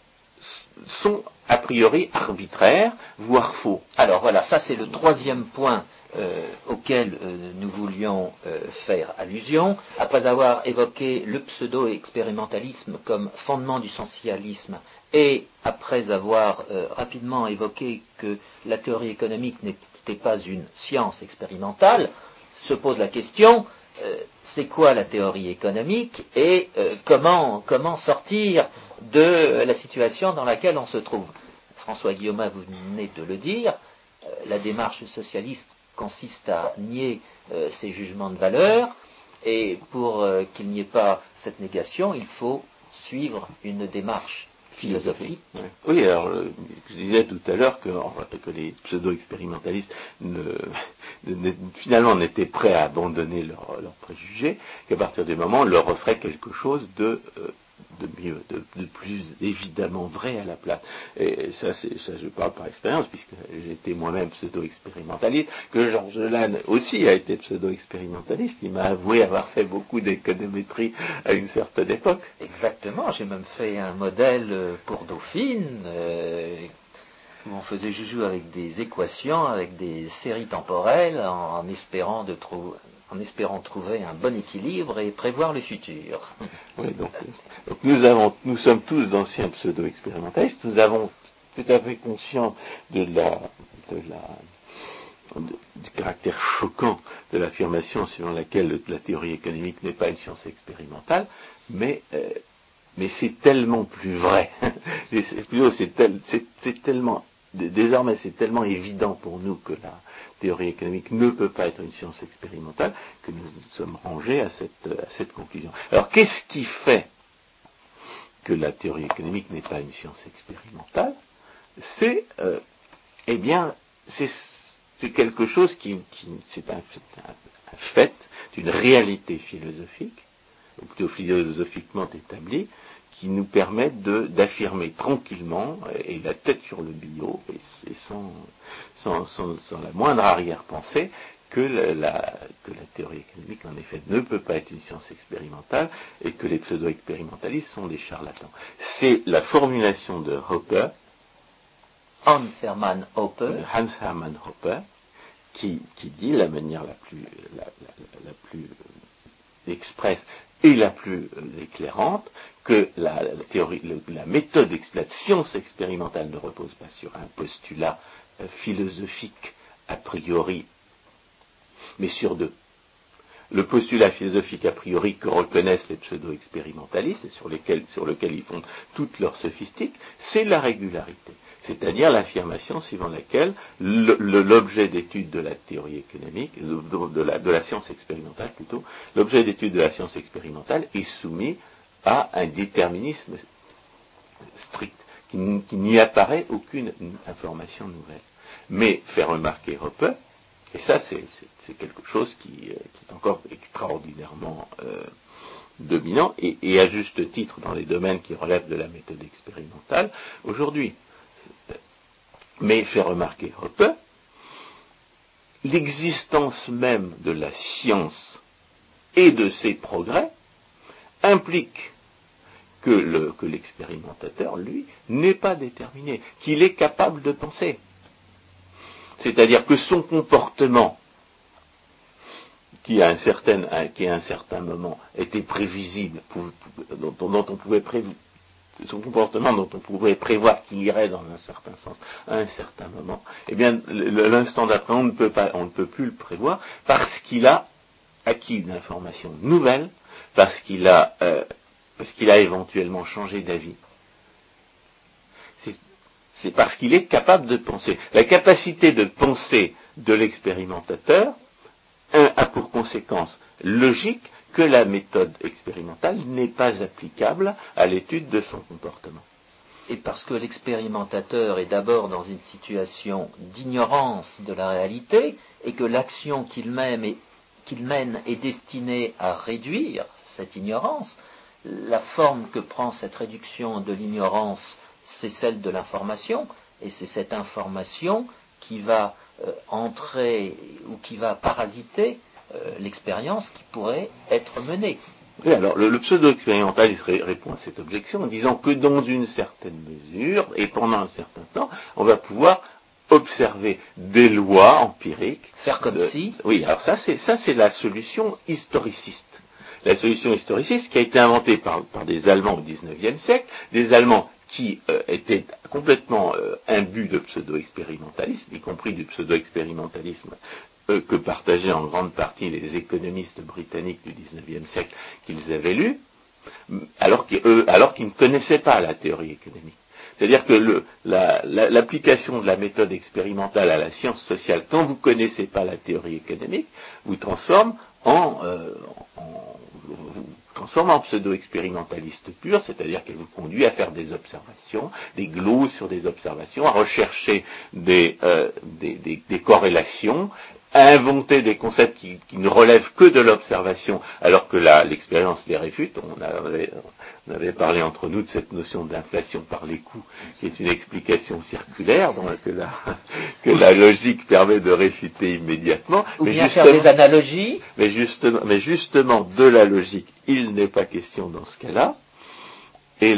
a priori arbitraires, voire faux. Alors voilà, ça c'est le troisième point auquel nous voulions faire allusion. Après avoir évoqué le pseudo-expérimentalisme comme fondement du socialisme, et après avoir rapidement évoqué que la théorie économique n'était pas une science expérimentale, se pose la question, c'est quoi la théorie économique et comment sortir de la situation dans laquelle on se trouve. François Guillaume, vous venez de le dire, la démarche socialiste consiste à nier ces jugements de valeur, et pour qu'il n'y ait pas cette négation, il faut suivre une démarche philosophique. Oui, alors je disais tout à l'heure que les pseudo-expérimentalistes finalement n'étaient prêts à abandonner leurs préjugés, qu'à partir du moment où on leur offrait quelque chose de mieux, de plus évidemment vrai à la place. Et ça je parle par expérience, puisque j'étais moi-même pseudo-expérimentaliste, que Georges Lannes aussi a été pseudo-expérimentaliste. Il m'a avoué avoir fait beaucoup d'économétrie à une certaine époque. Exactement, j'ai même fait un modèle pour Dauphine, où on faisait joujou avec des équations, avec des séries temporelles, en espérant en espérant trouver un bon équilibre et prévoir le futur. Oui, donc nous sommes tous d'anciens pseudo-expérimentalistes, nous avons tout à fait conscience du caractère choquant de l'affirmation suivant laquelle la théorie économique n'est pas une science expérimentale, mais c'est tellement plus vrai. Désormais, c'est tellement évident pour nous que la théorie économique ne peut pas être une science expérimentale que nous sommes rangés à cette conclusion. Alors, qu'est-ce qui fait que la théorie économique n'est pas une science expérimentale? C'est quelque chose c'est un fait d'une réalité philosophique, ou plutôt philosophiquement établie, qui nous permet d'affirmer tranquillement, et la tête sur le billot, et sans la moindre arrière-pensée, que la théorie économique, en effet, ne peut pas être une science expérimentale, et que les pseudo-expérimentalistes sont des charlatans. C'est la formulation de Hoppe, Hans Hermann Hoppe, qui dit la manière la plus expresse et la plus éclairante que la science expérimentale ne repose pas sur un postulat philosophique a priori, mais sur deux. Le postulat philosophique a priori que reconnaissent les pseudo-expérimentalistes et sur lequel ils font toute leur sophistique, c'est la régularité. C'est-à-dire l'affirmation suivant laquelle l'objet d'étude de la théorie économique, de la science expérimentale plutôt, l'objet d'étude de la science expérimentale est soumis à un déterminisme strict, qui n'y apparaît aucune information nouvelle. Mais fait remarquer Hoppe, et ça c'est quelque chose qui est encore extraordinairement dominant, et à juste titre dans les domaines qui relèvent de la méthode expérimentale aujourd'hui. Mais fait remarquer Hoppe, l'existence même de la science et de ses progrès implique que l'expérimentateur, lui, n'est pas déterminé, qu'il est capable de penser. C'est-à-dire que son comportement, qui à un certain moment était prévisible, dont on pouvait prévoir, son comportement dont on pouvait prévoir qu'il irait dans un certain sens à un certain moment, eh bien l'instant d'après on ne peut plus le prévoir parce qu'il a acquis une information nouvelle, parce qu'il a éventuellement changé d'avis. C'est parce qu'il est capable de penser. La capacité de penser de l'expérimentateur a pour conséquence logique que la méthode expérimentale n'est pas applicable à l'étude de son comportement. Et parce que l'expérimentateur est d'abord dans une situation d'ignorance de la réalité, et que l'action qu'il mène est destinée à réduire cette ignorance, la forme que prend cette réduction de l'ignorance, c'est celle de l'information, et c'est cette information qui va entrer ou qui va parasiter l'expérience qui pourrait être menée. Oui, alors le pseudo-expérimentaliste répond à cette objection en disant que dans une certaine mesure et pendant un certain temps, on va pouvoir observer des lois empiriques. Faire comme si. Oui, alors ça c'est la solution historiciste. La solution historiciste qui a été inventée par des Allemands au XIXe siècle, des Allemands qui étaient complètement imbus de pseudo-expérimentalisme, y compris du pseudo-expérimentalisme que partageaient en grande partie les économistes britanniques du XIXe siècle qu'ils avaient lus, alors qu'ils ne connaissaient pas la théorie économique. C'est-à-dire que l'application de la méthode expérimentale à la science sociale, quand vous ne connaissez pas la théorie économique, vous transforme en pseudo-expérimentaliste pur, c'est-à-dire qu'elle vous conduit à faire des observations, des gloses sur des observations, à rechercher des corrélations, à inventer des concepts qui ne relèvent que de l'observation, alors que l'expérience les réfute. On avait parlé entre nous de cette notion d'inflation par les coûts, qui est une explication circulaire, que la logique permet de réfuter immédiatement. Ou bien faire des analogies. Mais justement, de la logique, il n'est pas question dans ce cas-là. Et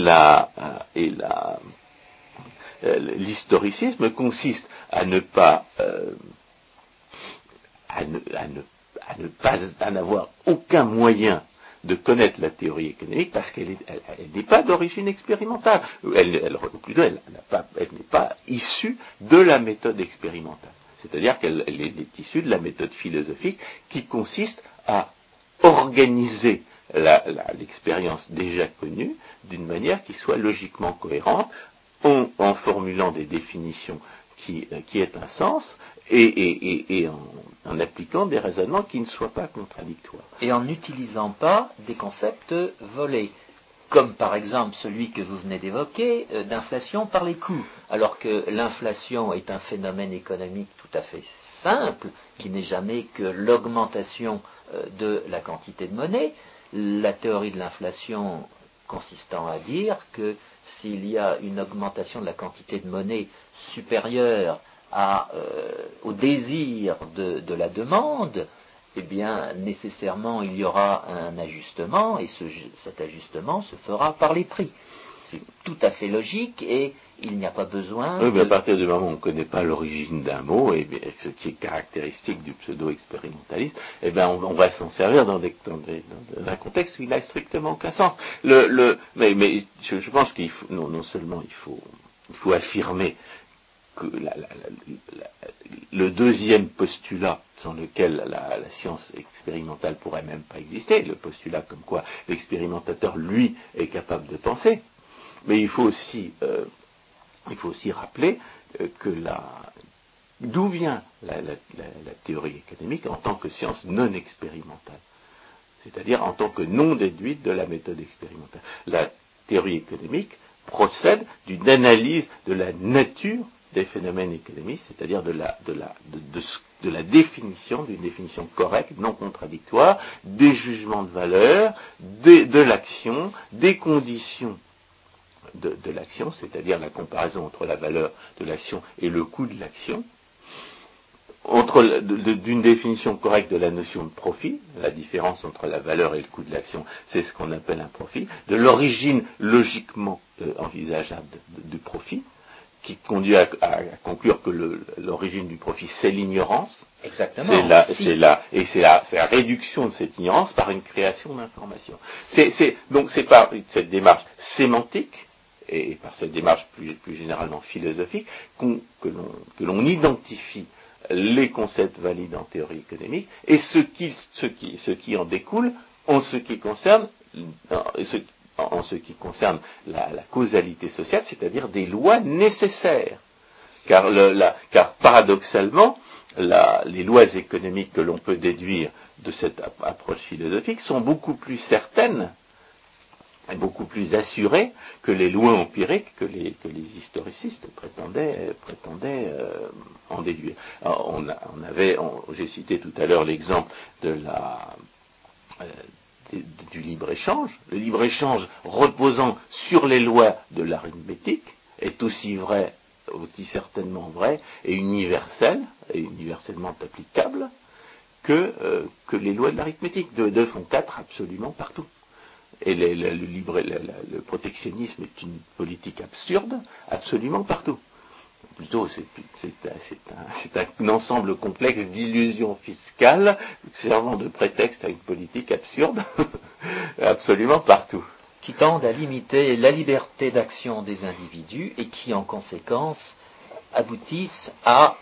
l'historicisme consiste à à n'avoir aucun moyen de connaître la théorie économique parce qu'elle n'est pas d'origine expérimentale. Plutôt, elle n'est pas issue de la méthode expérimentale. C'est-à-dire qu'elle est issue de la méthode philosophique qui consiste à organiser l'expérience déjà connue d'une manière qui soit logiquement cohérente en formulant des définitions qui aient un sens et en appliquant des raisonnements qui ne soient pas contradictoires. Et en n'utilisant pas des concepts volés, comme par exemple celui que vous venez d'évoquer, d'inflation par les coûts, alors que l'inflation est un phénomène économique tout à fait simple, qui n'est jamais que l'augmentation de la quantité de monnaie. La théorie de l'inflation consistant à dire que s'il y a une augmentation de la quantité de monnaie supérieure au désir de la demande, eh bien nécessairement il y aura un ajustement et cet ajustement se fera par les prix. C'est tout à fait logique et il n'y a pas besoin mais à partir du moment où on ne connaît pas l'origine d'un mot, et bien, ce qui est caractéristique du pseudo-expérimentalisme, eh bien, on va s'en servir dans un contexte où il n'a strictement aucun sens. Mais je pense qu'il faut, non seulement il faut affirmer que le deuxième postulat sans lequel la science expérimentale pourrait même pas exister, le postulat comme quoi l'expérimentateur, lui, est capable de penser, mais il faut aussi rappeler d'où vient la théorie économique en tant que science non expérimentale, c'est-à-dire en tant que non déduite de la méthode expérimentale. La théorie économique procède d'une analyse de la nature des phénomènes économiques, c'est-à-dire de la définition, d'une définition correcte, non contradictoire, des jugements de valeur, de l'action, des conditions de l'action, c'est-à-dire la comparaison entre la valeur de l'action et le coût de l'action, d'une définition correcte de la notion de profit, la différence entre la valeur et le coût de l'action, c'est ce qu'on appelle un profit, de l'origine logiquement envisageable du profit, qui conduit à conclure que l'origine du profit, c'est l'ignorance. Exactement. C'est la réduction de cette ignorance par une création d'informations. Donc c'est par cette démarche sémantique et par cette démarche plus généralement philosophique que l'on identifie les concepts valides en théorie économique et ce qui en découle en ce qui concerne la causalité sociale, c'est-à-dire des lois nécessaires. Car paradoxalement, les lois économiques que l'on peut déduire de cette approche philosophique sont beaucoup plus certaines et beaucoup plus assurées que les lois empiriques que les historicistes prétendaient en déduire. Alors, j'ai cité tout à l'heure l'exemple du libre-échange. Le libre-échange reposant sur les lois de l'arithmétique est aussi certainement vrai et universellement applicable que les lois de l'arithmétique. 2 × 2 = 4 absolument partout. Et le protectionnisme est une politique absurde absolument partout. Plutôt, c'est un ensemble complexe d'illusions fiscales servant de prétexte à une politique absurde absolument partout. Qui tendent à limiter la liberté d'action des individus et qui, en conséquence, aboutissent à,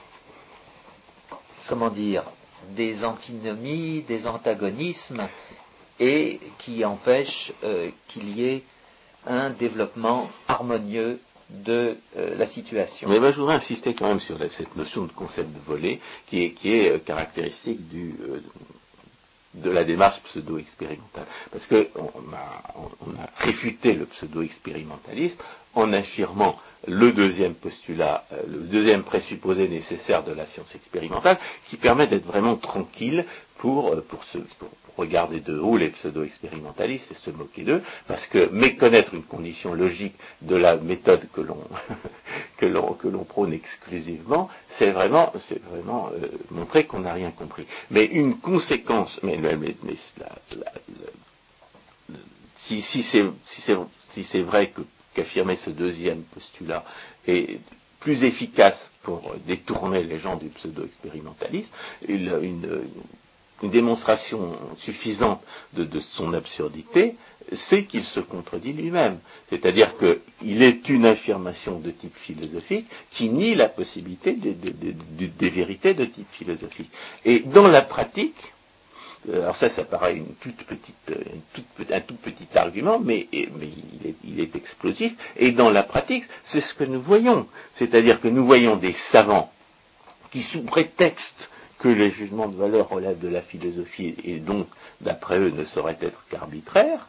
des antinomies, des antagonismes et qui empêchent qu'il y ait un développement harmonieux de la situation. Mais je voudrais insister quand même sur cette notion de concept volé qui est caractéristique de la démarche pseudo-expérimentale. Parce qu'on a réfuté le pseudo-expérimentalisme en affirmant le deuxième postulat, le deuxième présupposé nécessaire de la science expérimentale, qui permet d'être vraiment tranquille pour regarder de haut les pseudo-expérimentalistes et se moquer d'eux, parce que méconnaître une condition logique de la méthode que l'on prône exclusivement, c'est vraiment montrer qu'on n'a rien compris. Mais une conséquence, si c'est vrai qu'affirmer ce deuxième postulat est plus efficace pour détourner les gens du pseudo-expérimentalisme, une démonstration suffisante de son absurdité, c'est qu'il se contredit lui-même. C'est-à-dire qu'il est une affirmation de type philosophique qui nie la possibilité des vérités de type philosophique. Et dans la pratique, alors ça paraît un tout petit argument, mais il est explosif, et dans la pratique, c'est ce que nous voyons. C'est-à-dire que nous voyons des savants qui, sous prétexte que les jugements de valeur relèvent de la philosophie et donc, d'après eux, ne sauraient être qu'arbitraires,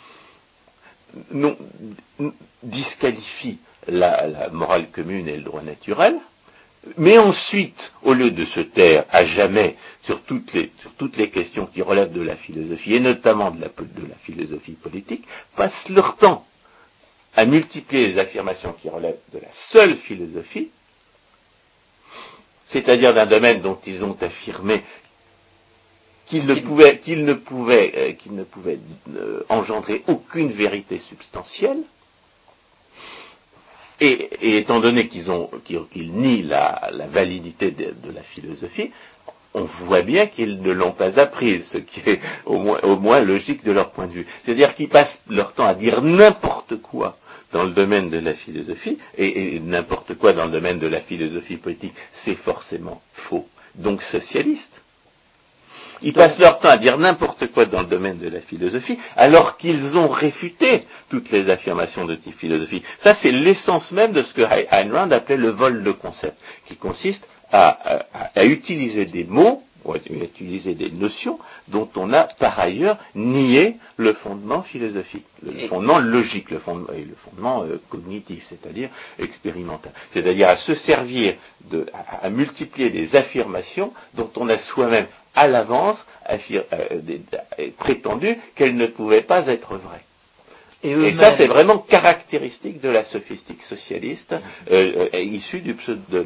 disqualifient la morale commune et le droit naturel, mais ensuite, au lieu de se taire à jamais sur toutes les questions qui relèvent de la philosophie, et notamment de la philosophie politique, passent leur temps à multiplier les affirmations qui relèvent de la seule philosophie, c'est-à-dire d'un domaine dont ils ont affirmé qu'il ne pouvait engendrer aucune vérité substantielle, et étant donné qu'ils nient la validité de la philosophie, on voit bien qu'ils ne l'ont pas apprise, ce qui est au moins logique de leur point de vue. C'est-à-dire qu'ils passent leur temps à dire n'importe quoi dans le domaine de la philosophie, et n'importe quoi dans le domaine de la philosophie politique, c'est forcément faux, donc socialiste. Ils passent leur temps à dire n'importe quoi dans le domaine de la philosophie, alors qu'ils ont réfuté toutes les affirmations de type philosophie. Ça, c'est l'essence même de ce que Ayn Rand appelait le vol de concept, qui consiste à utiliser des mots, ou à utiliser des notions dont on a par ailleurs nié le fondement philosophique, le fondement logique, le fondement cognitif, c'est-à-dire expérimental. C'est-à-dire à se servir à multiplier des affirmations dont on a soi-même à l'avance prétendu qu'elles ne pouvaient pas être vraies. Et ça, c'est vraiment caractéristique de la sophistique socialiste, issue de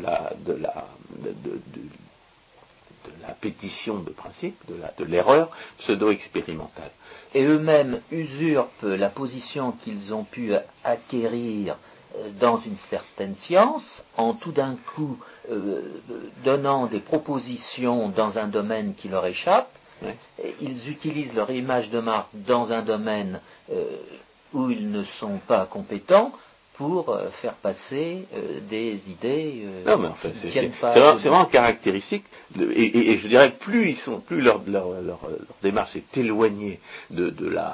la pétition de principe, de l'erreur pseudo-expérimentale. Et eux-mêmes usurpent la position qu'ils ont pu acquérir dans une certaine science, en tout d'un coup donnant des propositions dans un domaine qui leur échappe. Oui. Ils utilisent leur image de marque dans un domaine où ils ne sont pas compétents pour faire passer des idées non, mais enfin, c'est vraiment caractéristique, et je dirais plus leur démarche est éloignée de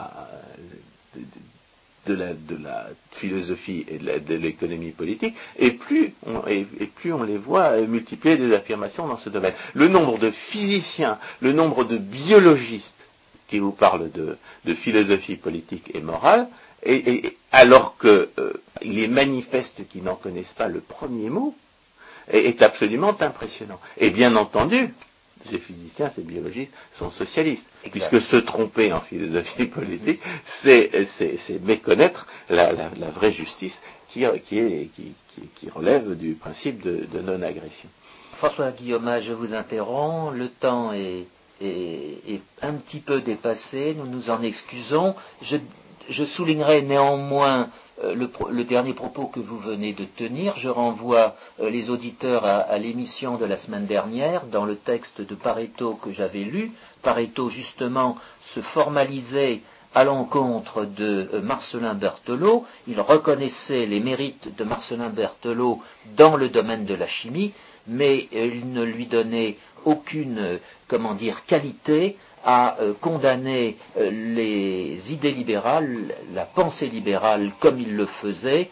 la philosophie et de l'économie politique, et plus on les voit multiplier des affirmations dans ce domaine. Le nombre de physiciens, le nombre de biologistes qui vous parlent de philosophie politique et morale, alors qu'il est manifeste qu'ils n'en connaissent pas le premier mot, est absolument impressionnant. Et bien entendu, ces physiciens, ces biologistes sont socialistes, exact. Puisque se tromper en philosophie politique, c'est méconnaître la vraie justice qui relève du principe de non-agression. François Guillaume, je vous interromps, le temps est un petit peu dépassé, nous nous en excusons. Je soulignerai néanmoins le dernier propos que vous venez de tenir. Je renvoie les auditeurs à l'émission de la semaine dernière, dans le texte de Pareto que j'avais lu. Pareto, justement, se formalisait à l'encontre de Marcellin Berthelot. Il reconnaissait les mérites de Marcellin Berthelot dans le domaine de la chimie, mais il ne lui donnait aucune, qualité à condamner les idées libérales, la pensée libérale comme il le faisait.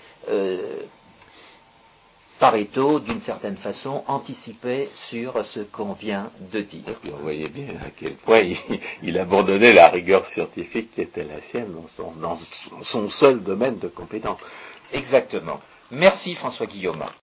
Pareto, d'une certaine façon, anticipait sur ce qu'on vient de dire. Et puis on voyait bien à quel point il abandonnait la rigueur scientifique qui était la sienne dans son seul domaine de compétence. Exactement. Merci François Guillaume.